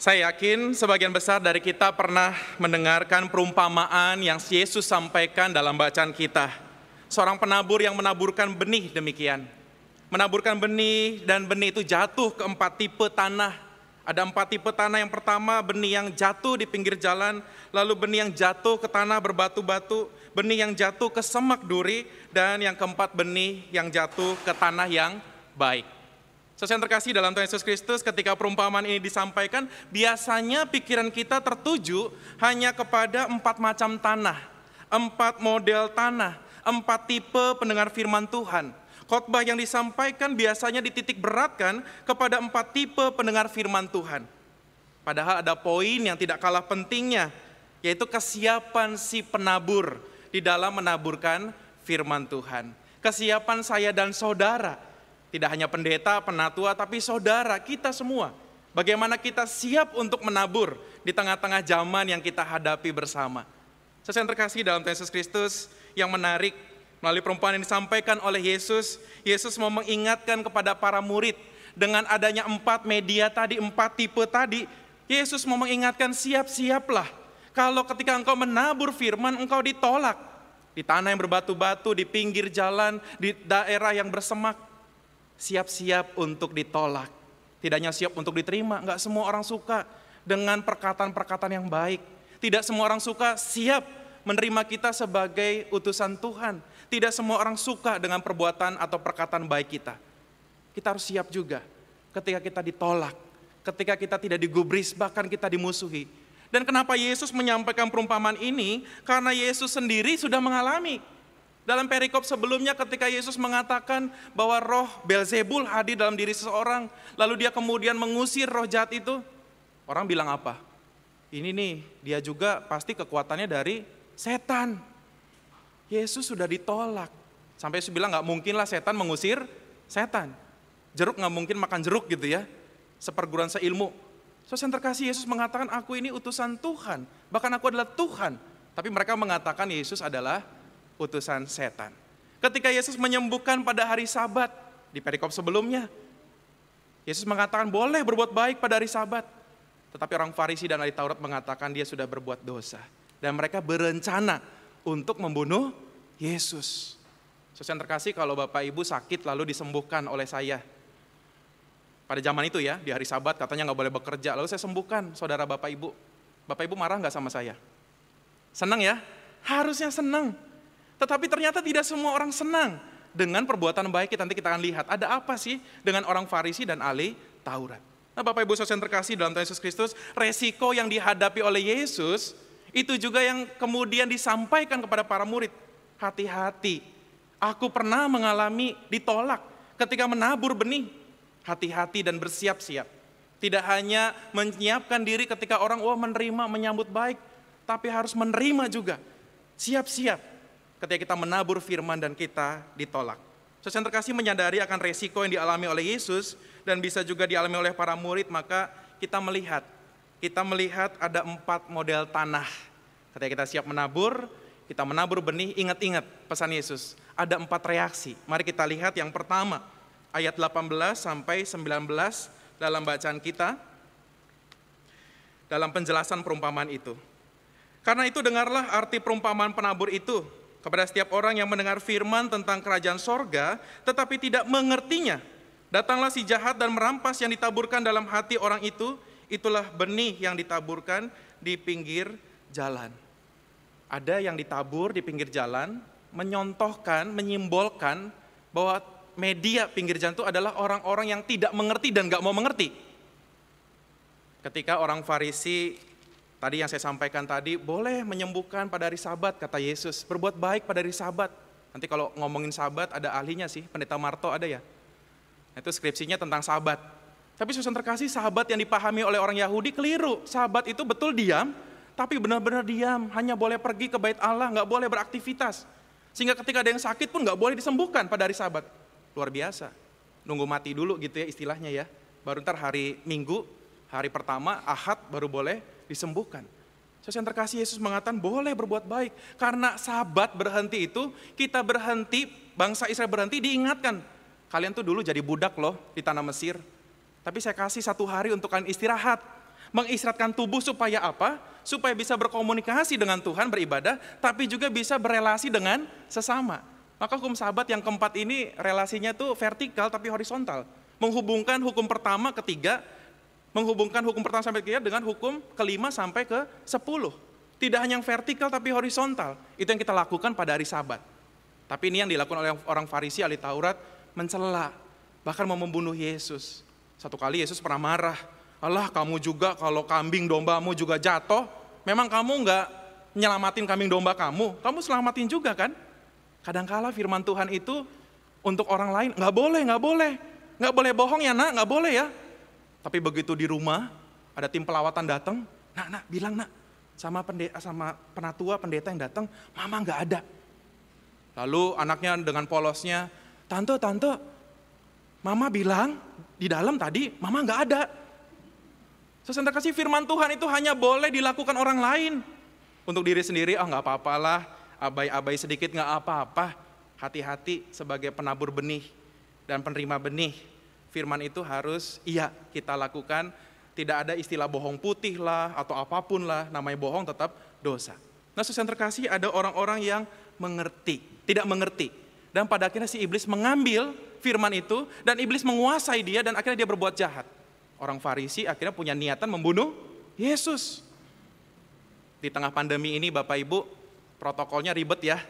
Saya yakin sebagian besar dari kita pernah mendengarkan perumpamaan yang Yesus sampaikan dalam bacaan kita. Seorang penabur yang menaburkan benih demikian. Menaburkan benih dan benih itu jatuh ke 4 tipe tanah. Ada 4 tipe tanah. Yang pertama benih yang jatuh di pinggir jalan, lalu benih yang jatuh ke tanah berbatu-batu, benih yang jatuh ke semak duri, dan yang keempat benih yang jatuh ke tanah yang baik. Saudara yang terkasih dalam Tuhan Yesus Kristus, ketika perumpamaan ini disampaikan, biasanya pikiran kita tertuju hanya kepada 4 macam tanah, 4 model tanah, 4 tipe pendengar firman Tuhan. Khotbah yang disampaikan biasanya dititik beratkan kepada 4 tipe pendengar firman Tuhan. Padahal ada poin yang tidak kalah pentingnya, yaitu kesiapan si penabur di dalam menaburkan firman Tuhan. Kesiapan saya dan saudara, tidak hanya pendeta, penatua, tapi saudara, kita semua. Bagaimana kita siap untuk menabur di tengah-tengah zaman yang kita hadapi bersama. Saudara yang terkasih dalam Tuhan Yesus Kristus, yang menarik melalui perumpamaan yang disampaikan oleh Yesus, Yesus mau mengingatkan kepada para murid, dengan adanya 4 media tadi, 4 tipe tadi, Yesus mau mengingatkan siap-siaplah. Kalau ketika engkau menabur firman, engkau ditolak. Di tanah yang berbatu-batu, di pinggir jalan, di daerah yang bersemak. Siap-siap untuk ditolak. Tidak hanya siap untuk diterima, enggak semua orang suka dengan perkataan-perkataan yang baik. Tidak semua orang suka siap menerima kita sebagai utusan Tuhan. Tidak semua orang suka dengan perbuatan atau perkataan baik kita. Kita harus siap juga ketika kita ditolak, ketika kita tidak digubris, bahkan kita dimusuhi. Dan kenapa Yesus menyampaikan perumpamaan ini? Karena Yesus sendiri sudah mengalami. Dalam perikop sebelumnya ketika Yesus mengatakan bahwa roh Beelzebul hadir dalam diri seseorang, lalu dia kemudian mengusir roh jahat itu, orang bilang apa? Ini nih, dia juga pasti kekuatannya dari setan. Yesus sudah ditolak. Sampai Yesus bilang gak mungkinlah setan mengusir setan. Jeruk gak mungkin makan jeruk gitu ya, seperguruan seilmu. Saudara yang terkasih, Yesus mengatakan aku ini utusan Tuhan, bahkan aku adalah Tuhan. Tapi mereka mengatakan Yesus adalah utusan setan. Ketika Yesus menyembuhkan pada hari Sabat, di perikop sebelumnya, Yesus mengatakan boleh berbuat baik pada hari Sabat. Tetapi orang Farisi dan ahli Taurat mengatakan dia sudah berbuat dosa. Dan mereka berencana untuk membunuh Yesus. Saudara yang terkasih, kalau Bapak Ibu sakit lalu disembuhkan oleh saya. Pada zaman itu ya, di hari Sabat katanya gak boleh bekerja. Lalu saya sembuhkan saudara Bapak Ibu. Bapak Ibu marah gak sama saya? Senang ya? Harusnya senang. Tetapi ternyata tidak semua orang senang dengan perbuatan baik. Nanti kita akan lihat ada apa sih dengan orang Farisi dan ahli Taurat. Nah Bapak Ibu saudara yang terkasih dalam Tuhan Yesus Kristus, resiko yang dihadapi oleh Yesus itu juga yang kemudian disampaikan kepada para murid. Hati-hati, aku pernah mengalami ditolak ketika menabur benih. Hati-hati dan bersiap-siap. Tidak hanya menyiapkan diri ketika orang menerima, menyambut baik, tapi harus menerima juga. Siap-siap ketika kita menabur firman dan kita ditolak. Saudara yang terkasih menyadari akan resiko yang dialami oleh Yesus dan bisa juga dialami oleh para murid, maka kita melihat ada 4 model tanah. Ketika kita siap menabur, kita menabur benih, ingat-ingat pesan Yesus. Ada 4 reaksi. Mari kita lihat yang pertama, ayat 18 sampai 19 dalam bacaan kita, dalam penjelasan perumpamaan itu. Karena itu dengarlah arti perumpamaan penabur itu. Kepada setiap orang yang mendengar firman tentang kerajaan sorga, tetapi tidak mengertinya. Datanglah si jahat dan merampas yang ditaburkan dalam hati orang itu, itulah benih yang ditaburkan di pinggir jalan. Ada yang ditabur di pinggir jalan, menyontohkan, menyimbolkan bahwa media pinggir jalan itu adalah orang-orang yang tidak mengerti dan gak mau mengerti. Ketika orang Farisi, tadi yang saya sampaikan tadi, boleh menyembuhkan pada hari Sabat, kata Yesus. Berbuat baik pada hari Sabat. Nanti kalau ngomongin Sabat ada ahlinya sih, Pendeta Marto ada ya. Itu skripsinya tentang Sabat. Tapi saudara terkasih, Sabat yang dipahami oleh orang Yahudi keliru. Sabat itu betul diam, tapi benar-benar diam. Hanya boleh pergi ke bait Allah, gak boleh beraktivitas. Sehingga ketika ada yang sakit pun gak boleh disembuhkan pada hari Sabat. Luar biasa. Nunggu mati dulu gitu ya istilahnya ya. Baru ntar hari Minggu, hari pertama, Ahad baru boleh disembuhkan. Saudara yang terkasih, Yesus mengatakan boleh berbuat baik. Karena Sabat berhenti itu, kita berhenti, bangsa Israel berhenti, diingatkan. Kalian tuh dulu jadi budak loh di tanah Mesir. Tapi saya kasih 1 hari untuk kalian istirahat. Mengistirahatkan tubuh supaya apa? Supaya bisa berkomunikasi dengan Tuhan, beribadah, tapi juga bisa berelasi dengan sesama. Maka hukum Sabat yang keempat ini relasinya tuh vertikal tapi horizontal. Menghubungkan hukum pertama ketiga, menghubungkan hukum pertama sampai ketiga dengan hukum kelima sampai ke 10. Tidak hanya yang vertikal tapi horizontal. Itu yang kita lakukan pada hari Sabat. Tapi ini yang dilakukan oleh orang Farisi, ahli Taurat, mencela, bahkan mau membunuh Yesus. Satu kali Yesus pernah marah, "Allah, kamu juga kalau kambing dombamu juga jatuh, memang kamu nggak nyelamatin kambing domba kamu selamatin juga kan?" Kadangkala firman Tuhan itu untuk orang lain, nggak boleh bohong ya nak, nggak boleh ya. Tapi begitu di rumah, ada tim pelawatan datang, nak bilang nak, sama penatua pendeta yang datang, mama nggak ada. Lalu anaknya dengan polosnya, tante, mama bilang di dalam tadi, mama nggak ada. Saudara kasih, firman Tuhan itu hanya boleh dilakukan orang lain. Untuk diri sendiri, nggak apa-apalah, abai-abai sedikit nggak apa-apa. Hati-hati sebagai penabur benih dan penerima benih. Firman itu harus kita lakukan. Tidak ada istilah bohong putih lah atau apapun lah, namanya bohong tetap dosa. Nah, saudara terkasih, ada orang-orang yang tidak mengerti. Dan pada akhirnya si iblis mengambil firman itu dan iblis menguasai dia dan akhirnya dia berbuat jahat. Orang Farisi akhirnya punya niatan membunuh Yesus. Di tengah pandemi ini Bapak Ibu, protokolnya ribet ya.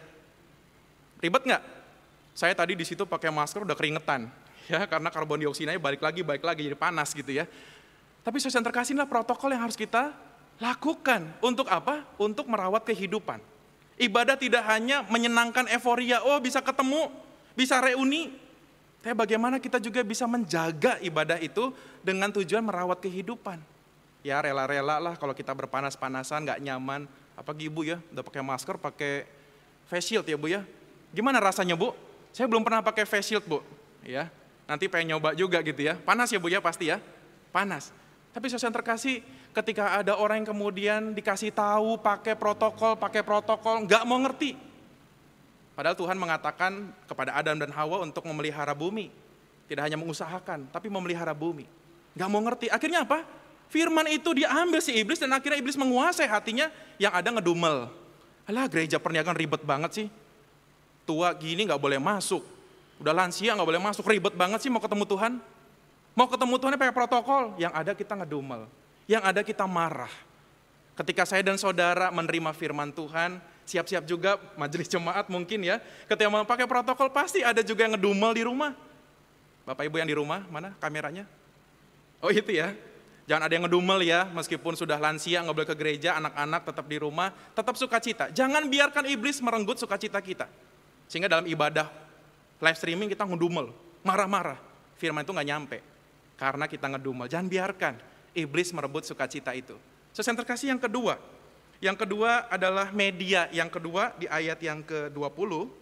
Ribet nggak? Saya tadi di situ pakai masker udah keringetan, ya, karena karbon dioksidanya balik lagi jadi panas gitu ya. Tapi saudara terkasih, inilah protokol yang harus kita lakukan. Untuk apa? Untuk merawat kehidupan. Ibadah tidak hanya menyenangkan euforia, bisa ketemu, bisa reuni. Tapi bagaimana kita juga bisa menjaga ibadah itu dengan tujuan merawat kehidupan. Ya rela-rela lah kalau kita berpanas-panasan, gak nyaman. Apalagi Ibu ya, udah pakai masker, pakai face shield ya Bu ya. Gimana rasanya Bu? Saya belum pernah pakai face shield Bu. Ya, nanti pengen nyoba juga gitu ya. Panas ya Bu ya, pasti ya. Panas. Tapi saudara terkasih, ketika ada orang yang kemudian dikasih tahu pakai protokol, gak mau ngerti. Padahal Tuhan mengatakan kepada Adam dan Hawa untuk memelihara bumi. Tidak hanya mengusahakan, tapi memelihara bumi. Gak mau ngerti. Akhirnya apa? Firman itu diambil si iblis dan akhirnya iblis menguasai hatinya, yang ada ngedumel. Alah, gereja perniagaan ribet banget sih. Tua gini gak boleh masuk. Udah lansia gak boleh masuk. Ribet banget sih mau ketemu Tuhan. Mau ketemu Tuhan pakai protokol. Yang ada kita ngedumel. Yang ada kita marah. Ketika saya dan saudara menerima firman Tuhan, siap-siap juga majelis jemaat mungkin ya. Ketika mau pakai protokol pasti ada juga yang ngedumel di rumah. Bapak Ibu yang di rumah, mana kameranya? Oh itu ya. Jangan ada yang ngedumel ya, meskipun sudah lansia nggak boleh ke gereja, anak-anak tetap di rumah, tetap sukacita. Jangan biarkan iblis merenggut sukacita kita. Sehingga dalam ibadah live streaming kita ngedumel, marah-marah. Firman itu nggak nyampe, karena kita ngedumel. Jangan biarkan iblis merebut sukacita itu. Saudara terkasih, yang kedua adalah media. Yang kedua di ayat yang ke-20.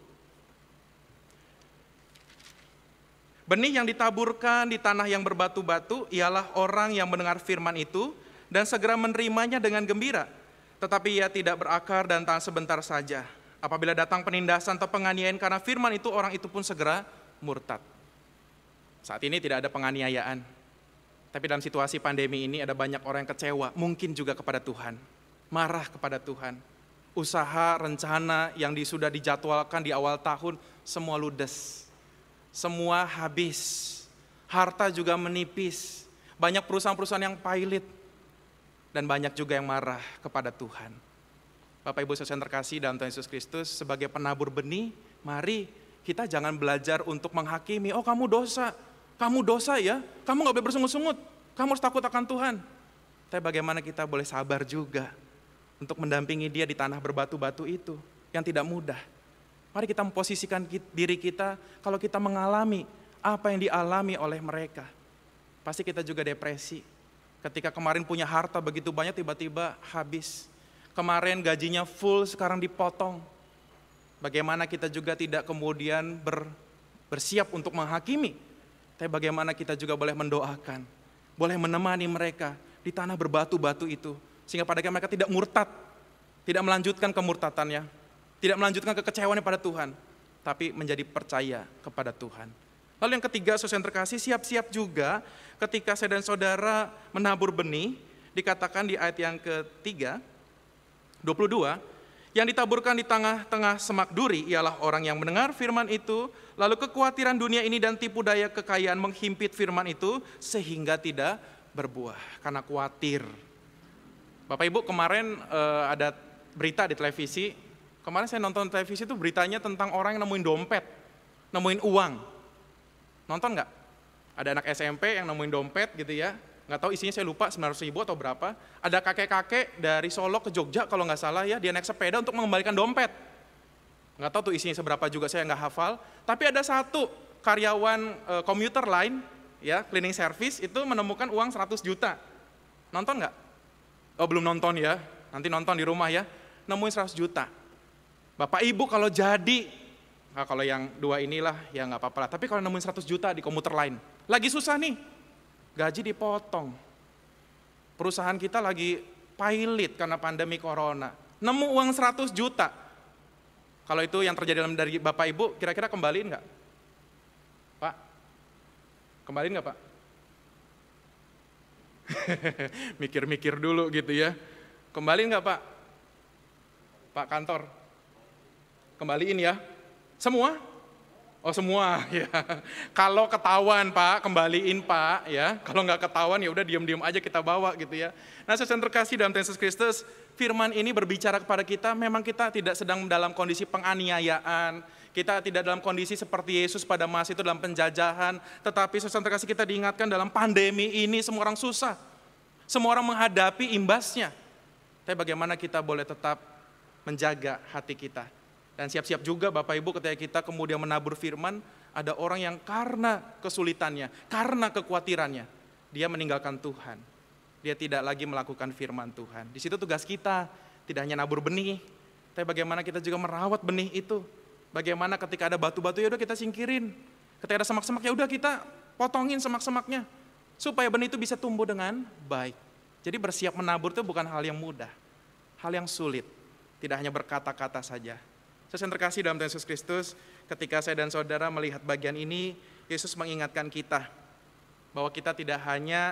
Benih yang ditaburkan di tanah yang berbatu-batu ialah orang yang mendengar firman itu dan segera menerimanya dengan gembira. Tetapi ia tidak berakar dan tahan sebentar saja. Apabila datang penindasan atau penganiayaan karena firman itu, orang itu pun segera murtad. Saat ini tidak ada penganiayaan. Tapi dalam situasi pandemi ini ada banyak orang yang kecewa, mungkin juga kepada Tuhan. Marah kepada Tuhan. Usaha, rencana yang sudah dijadwalkan di awal tahun, semua ludes. Semua habis. Harta juga menipis. Banyak perusahaan-perusahaan yang pailit. Dan banyak juga yang marah kepada Tuhan. Bapak Ibu saudara terkasih dalam Tuhan Yesus Kristus, sebagai penabur benih, mari kita jangan belajar untuk menghakimi. Oh kamu dosa ya, kamu gak boleh bersungut-sungut, kamu harus takut akan Tuhan. Tapi bagaimana kita boleh sabar juga untuk mendampingi dia di tanah berbatu-batu itu, yang tidak mudah. Mari kita memposisikan diri kita, kalau kita mengalami apa yang dialami oleh mereka, pasti kita juga depresi. Ketika kemarin punya harta begitu banyak, tiba-tiba habis. Kemarin gajinya full, sekarang dipotong. Bagaimana kita juga tidak kemudian bersiap untuk menghakimi. Tapi bagaimana kita juga boleh mendoakan, boleh menemani mereka di tanah berbatu-batu itu. Sehingga pada akhirnya mereka tidak murtad, tidak melanjutkan kemurtatannya, tidak melanjutkan kekecewaannya pada Tuhan, tapi menjadi percaya kepada Tuhan. Lalu yang ketiga, saudara yang terkasih, siap-siap juga ketika saya dan saudara menabur benih, dikatakan di ayat yang ketiga, 22, yang ditaburkan di tengah-tengah semak duri ialah orang yang mendengar firman itu, lalu kekhawatiran dunia ini dan tipu daya kekayaan menghimpit firman itu sehingga tidak berbuah karena khawatir. Bapak Ibu, kemarin ada berita di televisi, kemarin saya nonton televisi itu beritanya tentang orang yang nemuin dompet, nemuin uang. Nonton nggak? Ada anak SMP yang nemuin dompet gitu ya, nggak tahu isinya, saya lupa 900.000 atau berapa. Ada kakek-kakek dari Solo ke Jogja kalau nggak salah ya, dia naik sepeda untuk mengembalikan dompet. Nggak tahu tuh isinya seberapa juga, saya nggak hafal. Tapi ada satu karyawan komuter lain, ya cleaning service, itu menemukan uang 100 juta. Nonton nggak? Oh belum nonton ya, nanti nonton di rumah ya. Nemuin 100 juta. Bapak Ibu kalau jadi, nah, kalau yang dua inilah ya nggak apa-apa lah. Tapi kalau nemuin 100 juta di komuter lain, lagi susah nih, gaji dipotong. Perusahaan kita lagi pailit karena pandemi corona. Nemu uang 100 juta. Kalau itu yang terjadi dalam dari Bapak Ibu, kira-kira kembaliin nggak? Pak, kembaliin nggak Pak? Mikir-mikir dulu gitu ya. Kembaliin nggak Pak? Pak kantor, kembaliin ya. Semua? Oh semua ya. Kalau ketahuan Pak, kembaliin Pak ya. Kalau nggak ketahuan ya udah diam-diam aja kita bawa gitu ya. Nah, saudara terkasih dalam Tuhan Yesus Kristus, firman ini berbicara kepada kita, memang kita tidak sedang dalam kondisi penganiayaan, kita tidak dalam kondisi seperti Yesus pada masa itu dalam penjajahan, tetapi saudara terkasih kita diingatkan dalam pandemi ini semua orang susah. Semua orang menghadapi imbasnya. Tapi bagaimana kita boleh tetap menjaga hati kita. Dan siap-siap juga Bapak Ibu ketika kita kemudian menabur firman, ada orang yang karena kesulitannya, karena kekhawatirannya, dia meninggalkan Tuhan. Dia tidak lagi melakukan firman Tuhan. Di situ tugas kita, tidak hanya nabur benih, tapi bagaimana kita juga merawat benih itu. Bagaimana ketika ada batu-batu, ya udah kita singkirin. Ketika ada semak-semak, ya udah kita potongin semak-semaknya. Supaya benih itu bisa tumbuh dengan baik. Jadi bersiap menabur itu bukan hal yang mudah, hal yang sulit. Tidak hanya berkata-kata saja. Saya yang terkasih dalam Tuhan Yesus Kristus, ketika saya dan saudara melihat bagian ini, Yesus mengingatkan kita bahwa kita tidak hanya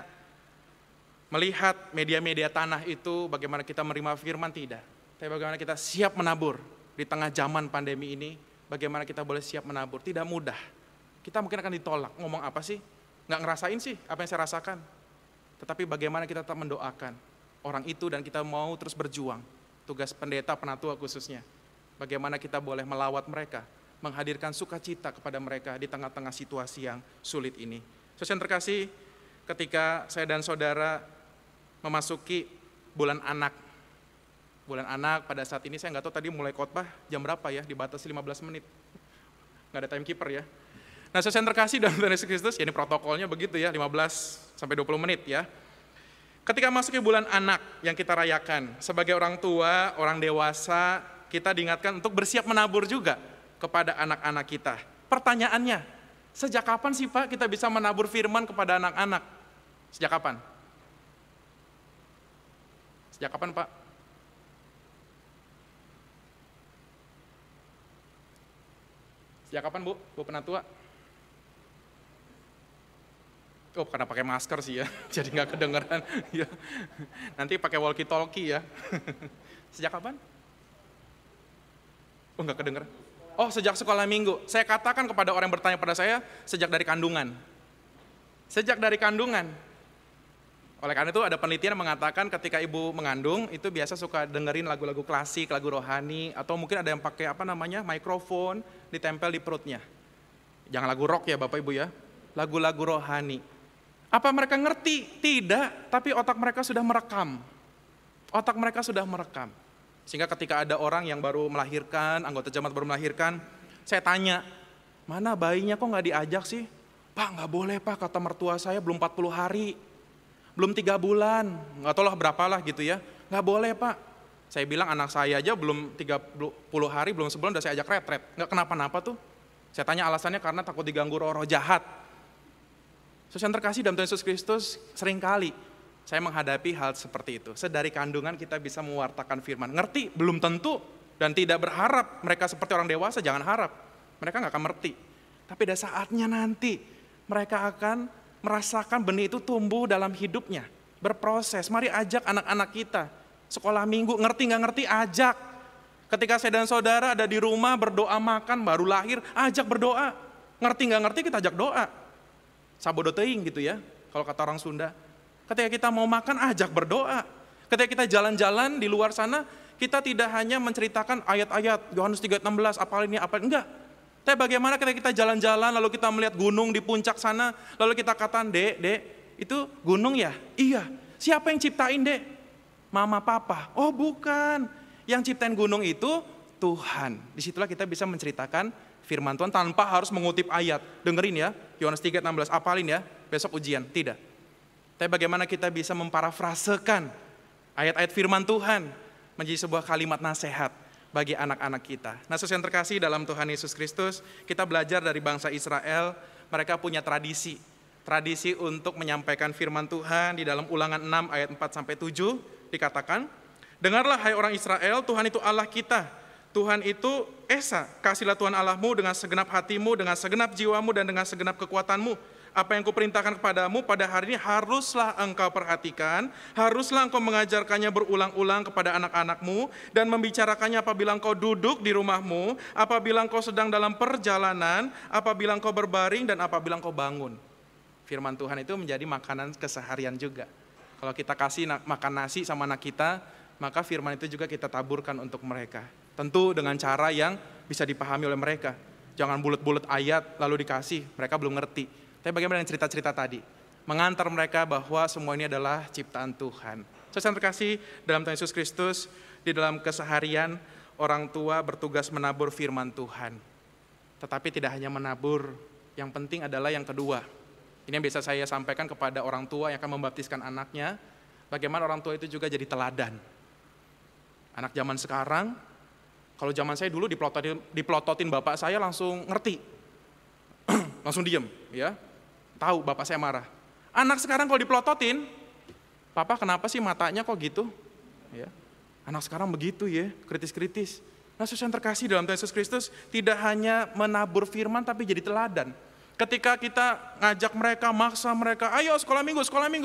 melihat media-media tanah itu, bagaimana kita menerima firman, tidak. Tapi bagaimana kita siap menabur di tengah zaman pandemi ini, bagaimana kita boleh siap menabur. Tidak mudah. Kita mungkin akan ditolak, ngomong apa sih? Nggak ngerasain sih apa yang saya rasakan. Tetapi bagaimana kita tetap mendoakan orang itu dan kita mau terus berjuang. Tugas pendeta, penatua khususnya. Bagaimana kita boleh melawat mereka, menghadirkan sukacita kepada mereka di tengah-tengah situasi yang sulit ini. Saudara yang terkasih, ketika saya dan saudara memasuki bulan anak. Bulan anak pada saat ini saya nggak tahu tadi mulai khotbah jam berapa ya, dibatasi 15 menit. Nggak ada timekeeper ya. Nah, saudara yang terkasih dalam Tuhan Yesus Kristus, ya ini protokolnya begitu ya, 15 sampai 20 menit ya. Ketika masuk ke bulan anak yang kita rayakan, sebagai orang tua, orang dewasa, kita diingatkan untuk bersiap menabur juga kepada anak-anak kita. Pertanyaannya, sejak kapan sih Pak kita bisa menabur firman kepada anak-anak? Sejak kapan? Sejak kapan Pak? Sejak kapan Bu? Bu Penatua? Oh, karena pakai masker sih ya, jadi nggak kedengeran. Ya. Nanti pakai walkie-talkie ya. Sejak kapan? Oh, nggak kedengeran. Oh, sejak sekolah minggu. Saya katakan kepada orang yang bertanya pada saya, sejak dari kandungan. Sejak dari kandungan. Oleh karena itu ada penelitian yang mengatakan ketika ibu mengandung, itu biasa suka dengerin lagu-lagu klasik, lagu rohani, atau mungkin ada yang pakai mikrofon, ditempel di perutnya. Jangan lagu rock ya Bapak Ibu ya, lagu-lagu rohani. Apa mereka ngerti? Tidak, tapi otak mereka sudah merekam. Otak mereka sudah merekam. Sehingga ketika ada orang yang baru melahirkan, anggota jemaat baru melahirkan, saya tanya, mana bayinya kok nggak diajak sih? Pak, nggak boleh Pak, kata mertua saya belum 40 hari, belum 3 bulan, nggak tahu lah berapalah gitu ya. Nggak boleh Pak. Saya bilang anak saya aja belum 30 hari, belum sebulan udah saya ajak retret. Nggak kenapa-napa tuh. Saya tanya alasannya karena takut diganggu roh-roh jahat. Yang terkasih dalam Tuhan Yesus Kristus, seringkali saya menghadapi hal seperti itu. Sedari kandungan kita bisa mewartakan firman. Ngerti? Belum tentu. Dan tidak berharap mereka seperti orang dewasa, jangan harap. Mereka nggak akan ngerti. Tapi ada saatnya nanti mereka akan merasakan benih itu tumbuh dalam hidupnya. Berproses, mari ajak anak-anak kita. Sekolah minggu, ngerti nggak ngerti, ajak. Ketika saya dan saudara ada di rumah berdoa makan, baru lahir, ajak berdoa. Ngerti nggak ngerti, kita ajak doa. Sabodo teuing gitu ya, kalau kata orang Sunda. Ketika kita mau makan, ajak berdoa. Ketika kita jalan-jalan di luar sana, kita tidak hanya menceritakan ayat-ayat, Yohanes 3:16, apalin ini, apalin, enggak. Tapi bagaimana ketika kita jalan-jalan, lalu kita melihat gunung di puncak sana, lalu kita katakan, Dek, itu gunung ya? Iya. Siapa yang ciptain, Dek? Mama, papa. Oh bukan. Yang ciptain gunung itu Tuhan. Disitulah kita bisa menceritakan firman Tuhan tanpa harus mengutip ayat. Dengerin ya, Yohanes 3:16, apalin ya, besok ujian. Tidak. Tapi bagaimana kita bisa memparafrasekan ayat-ayat firman Tuhan menjadi sebuah kalimat nasihat bagi anak-anak kita. Nah, saudara yang terkasih dalam Tuhan Yesus Kristus, kita belajar dari bangsa Israel, mereka punya tradisi untuk menyampaikan firman Tuhan. Di dalam Ulangan 6 ayat 4-7 dikatakan, dengarlah hai orang Israel, Tuhan itu Allah kita. Tuhan itu Esa, kasihlah Tuhan Allahmu dengan segenap hatimu, dengan segenap jiwamu, dan dengan segenap kekuatanmu. Apa yang kuperintahkan kepadamu pada hari ini haruslah engkau perhatikan, haruslah engkau mengajarkannya berulang-ulang kepada anak-anakmu, dan membicarakannya apabila engkau duduk di rumahmu, apabila engkau sedang dalam perjalanan, apabila engkau berbaring, dan apabila engkau bangun. Firman Tuhan itu menjadi makanan keseharian juga. Kalau kita kasih makan nasi sama anak kita, maka firman itu juga kita taburkan untuk mereka. Tentu dengan cara yang bisa dipahami oleh mereka. Jangan bulet-bulet ayat lalu dikasih, mereka belum ngerti. Tapi bagaimana dengan cerita-cerita tadi? Mengantar mereka bahwa semua ini adalah ciptaan Tuhan. Saudara yang terkasih dalam Tuhan Yesus Kristus, di dalam keseharian orang tua bertugas menabur firman Tuhan. Tetapi tidak hanya menabur, yang penting adalah yang kedua. Ini yang biasa saya sampaikan kepada orang tua yang akan membaptiskan anaknya, bagaimana orang tua itu juga jadi teladan. Anak zaman sekarang, kalau zaman saya dulu dipelototin bapak saya langsung ngerti, langsung diem, ya, tahu bapak saya marah. Anak sekarang kalau dipelototin, papa kenapa sih matanya kok gitu? Ya, anak sekarang begitu ya, kritis-kritis. Nah, saudara yang terkasih dalam Tuhan Yesus Kristus, tidak hanya menabur firman tapi jadi teladan. Ketika kita ngajak mereka, maksa mereka, ayo sekolah minggu,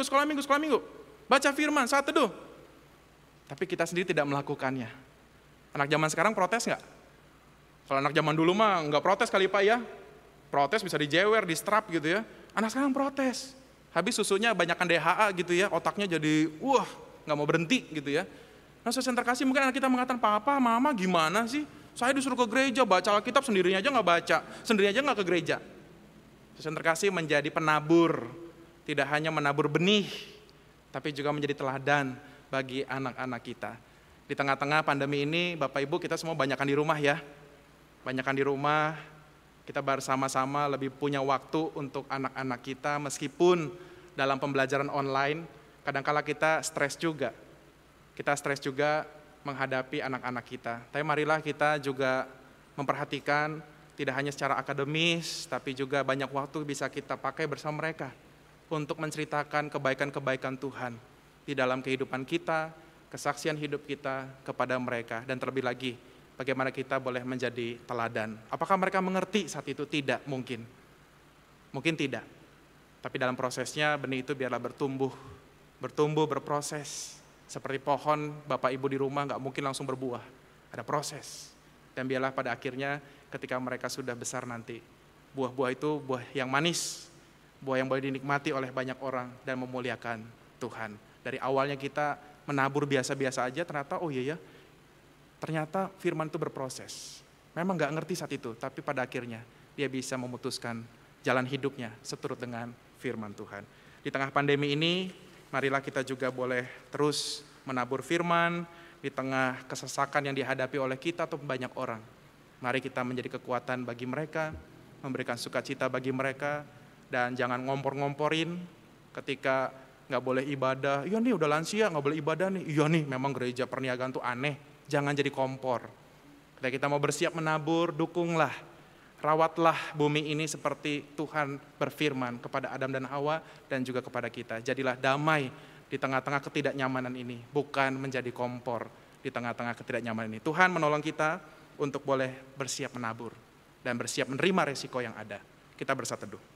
baca firman, saat teduh. Tapi kita sendiri tidak melakukannya. Anak zaman sekarang protes nggak? Kalau anak zaman dulu mah nggak protes kali Pak ya. Protes bisa dijewer, di strap gitu ya. Anak sekarang protes. Habis susunya banyakkan DHA gitu ya, otaknya jadi nggak mau berhenti gitu ya. Nah, saudara yang terkasih, mungkin anak kita mengatakan, papa, mama gimana sih? Saya disuruh ke gereja, baca Alkitab sendirinya aja nggak baca, sendirinya aja nggak ke gereja. Saudara yang terkasih, menjadi penabur, tidak hanya menabur benih, tapi juga menjadi teladan bagi anak-anak kita. Di tengah-tengah pandemi ini, Bapak Ibu, kita semua banyakan di rumah ya. Banyakan di rumah, kita bersama-sama lebih punya waktu untuk anak-anak kita, meskipun dalam pembelajaran online, kadang-kala kita stres juga. Kita stres juga menghadapi anak-anak kita. Tapi marilah kita juga memperhatikan, tidak hanya secara akademis, tapi juga banyak waktu bisa kita pakai bersama mereka untuk menceritakan kebaikan-kebaikan Tuhan di dalam kehidupan kita, kesaksian hidup kita kepada mereka, dan terlebih lagi, bagaimana kita boleh menjadi teladan. Apakah mereka mengerti saat itu? Tidak, mungkin. Mungkin tidak. Tapi dalam prosesnya, benih itu biarlah bertumbuh, berproses. Seperti pohon, Bapak Ibu di rumah nggak mungkin langsung berbuah. Ada proses. Dan biarlah pada akhirnya, ketika mereka sudah besar nanti, buah-buah itu buah yang manis, buah yang boleh dinikmati oleh banyak orang dan memuliakan Tuhan. Dari awalnya kita menabur biasa-biasa aja, ternyata ternyata firman itu berproses. Memang gak ngerti saat itu, tapi pada akhirnya dia bisa memutuskan jalan hidupnya seturut dengan firman Tuhan. Di tengah pandemi ini, marilah kita juga boleh terus menabur firman di tengah kesesakan yang dihadapi oleh kita atau banyak orang. Mari kita menjadi kekuatan bagi mereka, memberikan sukacita bagi mereka, dan jangan ngompor-ngomporin ketika nggak boleh ibadah. Iya nih udah lansia nggak boleh ibadah nih. Iya nih memang gereja perniagaan tuh aneh. Jangan jadi kompor. Ketika kita mau bersiap menabur, dukunglah, rawatlah bumi ini seperti Tuhan berfirman kepada Adam dan Hawa dan juga kepada kita. Jadilah damai di tengah-tengah ketidaknyamanan ini, bukan menjadi kompor di tengah-tengah ketidaknyamanan ini. Tuhan menolong kita untuk boleh bersiap menabur dan bersiap menerima resiko yang ada. Kita bersatu teduh.